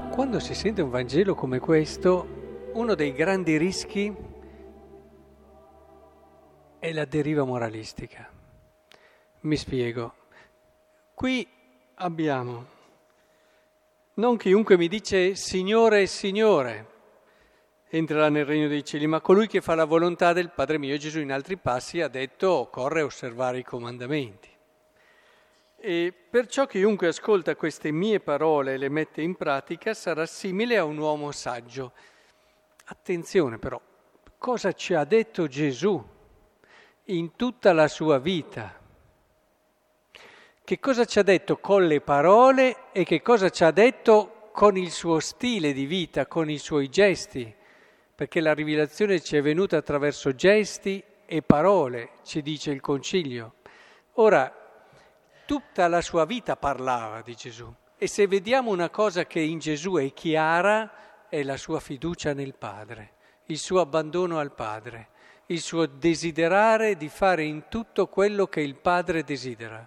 Quando si sente un Vangelo come questo, uno dei grandi rischi è la deriva moralistica. Mi spiego. Qui abbiamo non chiunque mi dice Signore, Signore, entrerà nel regno dei cieli, ma colui che fa la volontà del Padre mio. Gesù in altri passi ha detto occorre osservare i comandamenti. E perciò chiunque ascolta queste mie parole e le mette in pratica sarà simile a un uomo saggio. Attenzione però, cosa ci ha detto Gesù in tutta la sua vita? Che cosa ci ha detto con le parole e che cosa ci ha detto con il suo stile di vita, con i suoi gesti? Perché la rivelazione ci è venuta attraverso gesti e parole, ci dice il Concilio. Ora, tutta la sua vita parlava di Gesù e se vediamo una cosa che in Gesù è chiara è la sua fiducia nel Padre, il suo abbandono al Padre, il suo desiderare di fare in tutto quello che il Padre desidera.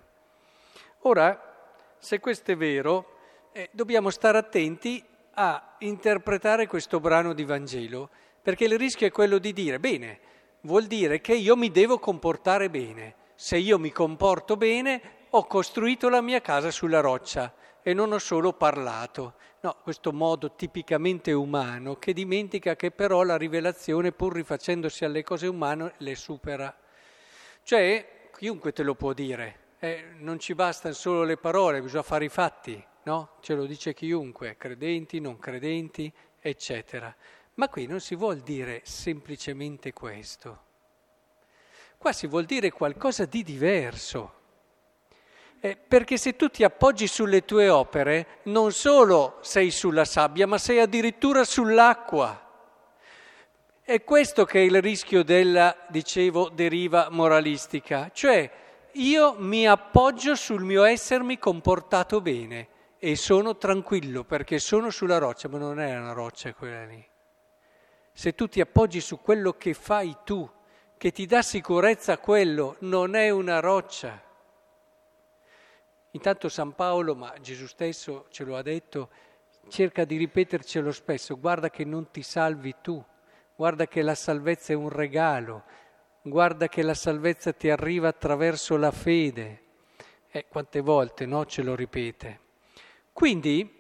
Ora, se questo è vero, dobbiamo stare attenti a interpretare questo brano di Vangelo, perché il rischio è quello di dire, bene, vuol dire che io mi devo comportare bene. Se io mi comporto bene, ho costruito la mia casa sulla roccia e non ho solo parlato. No, questo modo tipicamente umano che dimentica che però la rivelazione, pur rifacendosi alle cose umane, le supera. Cioè, chiunque te lo può dire. Non ci bastano solo le parole, bisogna fare i fatti, no? Ce lo dice chiunque, credenti, non credenti, eccetera. Ma qui non si vuol dire semplicemente questo. Qua si vuol dire qualcosa di diverso. Perché se tu ti appoggi sulle tue opere, non solo sei sulla sabbia, ma sei addirittura sull'acqua. È questo che è il rischio della, dicevo, deriva moralistica. Cioè, io mi appoggio sul mio essermi comportato bene e sono tranquillo perché sono sulla roccia, ma non è una roccia quella lì. Se tu ti appoggi su quello che fai tu, che ti dà sicurezza quello, non è una roccia. Intanto San Paolo, ma Gesù stesso ce lo ha detto, cerca di ripetercelo spesso, guarda che non ti salvi tu, guarda che la salvezza è un regalo, guarda che la salvezza ti arriva attraverso la fede. Quante volte, no, ce lo ripete. Quindi,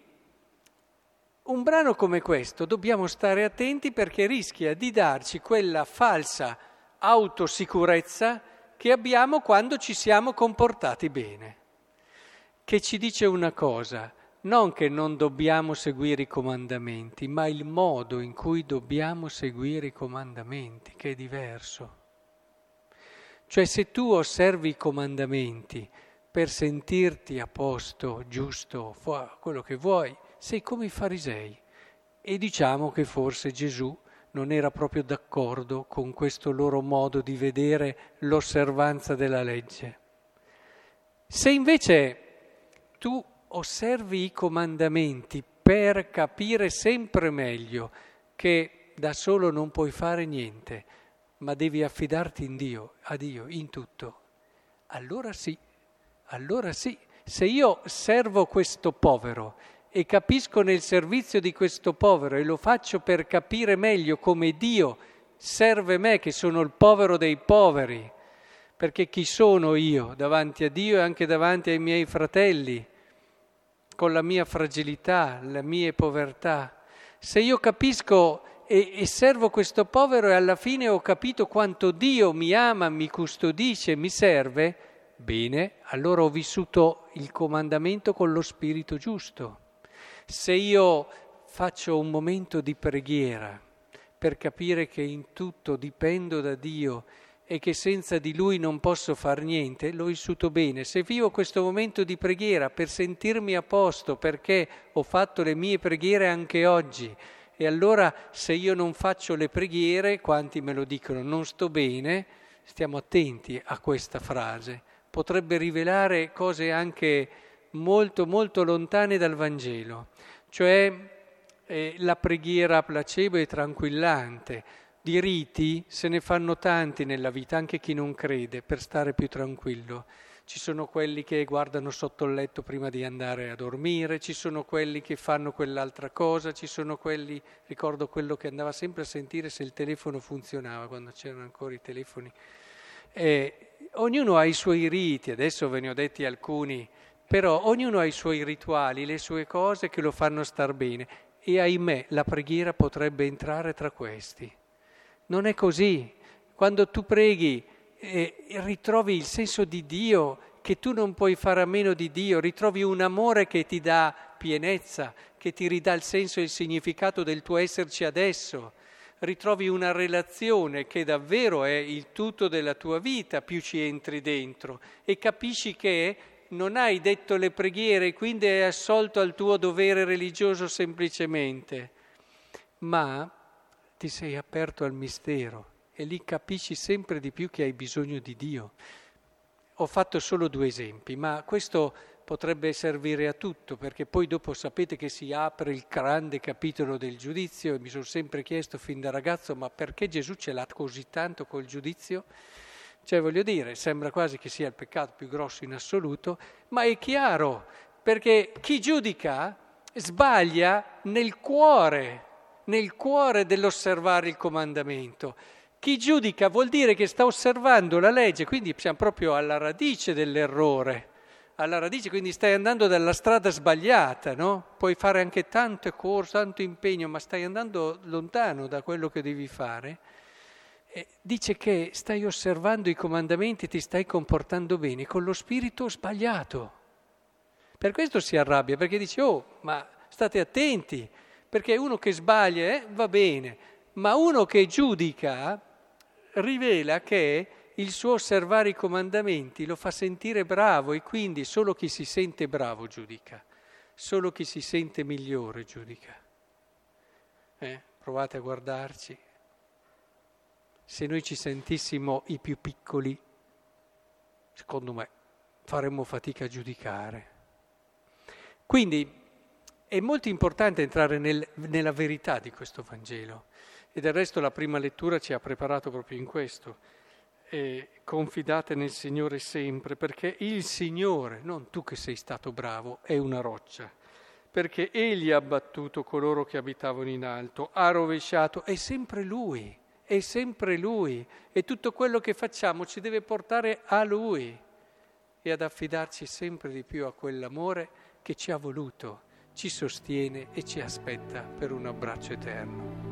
un brano come questo dobbiamo stare attenti perché rischia di darci quella falsa autosicurezza che abbiamo quando ci siamo comportati bene. Che ci dice una cosa, non che non dobbiamo seguire i comandamenti, ma il modo in cui dobbiamo seguire i comandamenti, che è diverso. Cioè se tu osservi i comandamenti per sentirti a posto, giusto, quello che vuoi, sei come i farisei. E diciamo che forse Gesù non era proprio d'accordo con questo loro modo di vedere l'osservanza della legge. Se invece tu osservi i comandamenti per capire sempre meglio che da solo non puoi fare niente, ma devi affidarti in Dio, a Dio, in tutto, allora sì. Se io servo questo povero e capisco nel servizio di questo povero e lo faccio per capire meglio come Dio serve me, che sono il povero dei poveri, perché chi sono io davanti a Dio e anche davanti ai miei fratelli, con la mia fragilità, le mie povertà. Se io capisco e servo questo povero e alla fine ho capito quanto Dio mi ama, mi custodisce, mi serve, bene, allora ho vissuto il comandamento con lo spirito giusto. Se io faccio un momento di preghiera per capire che in tutto dipendo da Dio e che senza di Lui non posso far niente, l'ho vissuto bene. Se vivo questo momento di preghiera per sentirmi a posto, perché ho fatto le mie preghiere anche oggi, e allora se io non faccio le preghiere, quanti me lo dicono, non sto bene, stiamo attenti a questa frase. Potrebbe rivelare cose anche molto, molto lontane dal Vangelo. Cioè la preghiera placebo e tranquillante. Di riti se ne fanno tanti nella vita, anche chi non crede, per stare più tranquillo. ci sono quelli che guardano sotto il letto prima di andare a dormire, ci sono quelli che fanno quell'altra cosa, ci sono quelli, ricordo quello che andava sempre a sentire se il telefono funzionava, quando c'erano ancora i telefoni. Ognuno ha i suoi riti, adesso ve ne ho detti alcuni, però ognuno ha i suoi rituali, le sue cose che lo fanno star bene. E ahimè, la preghiera potrebbe entrare tra questi. Non è così. Quando tu preghi ritrovi il senso di Dio, che tu non puoi fare a meno di Dio, ritrovi un amore che ti dà pienezza, che ti ridà il senso e il significato del tuo esserci adesso. Ritrovi una relazione che davvero è il tutto della tua vita, più ci entri dentro e capisci che non hai detto le preghiere e quindi è assolto al tuo dovere religioso semplicemente, ma ti sei aperto al mistero e lì capisci sempre di più che hai bisogno di Dio. Ho fatto solo 2 esempi, ma questo potrebbe servire a tutto, perché poi dopo sapete che si apre il grande capitolo del giudizio e mi sono sempre chiesto fin da ragazzo, ma perché Gesù ce l'ha così tanto col giudizio? Cioè voglio dire, sembra quasi che sia il peccato più grosso in assoluto, ma è chiaro, perché chi giudica sbaglia nel cuore dell'osservare il comandamento. Chi giudica vuol dire che sta osservando la legge, quindi siamo proprio alla radice dell'errore, alla radice, quindi stai andando dalla strada sbagliata, no? Puoi fare anche tante corse, tanto impegno, ma stai andando lontano da quello che devi fare. Dice che stai osservando i comandamenti, ti stai comportando bene con lo spirito sbagliato. Per questo si arrabbia, perché dice, ma state attenti, perché uno che sbaglia va bene, ma uno che giudica rivela che il suo osservare i comandamenti lo fa sentire bravo e quindi solo chi si sente bravo giudica, solo chi si sente migliore giudica. Provate a guardarci. Se noi ci sentissimo i più piccoli, secondo me faremmo fatica a giudicare. Quindi è molto importante entrare nella verità di questo Vangelo e del resto la prima lettura ci ha preparato proprio in questo. Confidate nel Signore sempre, perché il Signore, non tu che sei stato bravo, è una roccia, perché Egli ha abbattuto coloro che abitavano in alto, ha rovesciato, è sempre Lui. È sempre Lui e tutto quello che facciamo ci deve portare a Lui e ad affidarci sempre di più a quell'amore che ci ha voluto, ci sostiene e ci aspetta per un abbraccio eterno.